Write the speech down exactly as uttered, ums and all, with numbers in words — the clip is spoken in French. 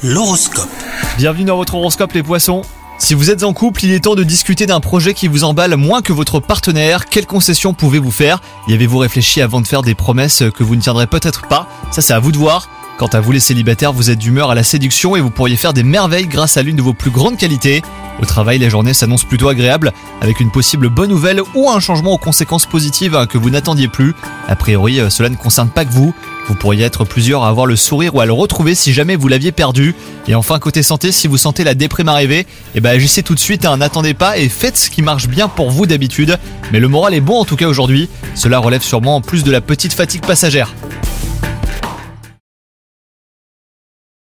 L'horoscope. Bienvenue dans votre horoscope les poissons. Si vous êtes en couple, il est temps de discuter d'un projet qui vous emballe moins que votre partenaire. Quelles concessions pouvez-vous faire ? Y avez-vous réfléchi avant de faire des promesses que vous ne tiendrez peut-être pas ? Ça c'est à vous de voir. Quant à vous les célibataires, vous êtes d'humeur à la séduction et vous pourriez faire des merveilles grâce à l'une de vos plus grandes qualités. Au travail, les journées s'annoncent plutôt agréables, avec une possible bonne nouvelle ou un changement aux conséquences positives que vous n'attendiez plus. A priori, cela ne concerne pas que vous. Vous pourriez être plusieurs à avoir le sourire ou à le retrouver si jamais vous l'aviez perdu. Et enfin, côté santé, si vous sentez la déprime arriver, eh ben agissez tout de suite, hein, n'attendez pas et faites ce qui marche bien pour vous d'habitude. Mais le moral est bon en tout cas aujourd'hui. Cela relève sûrement en plus de la petite fatigue passagère.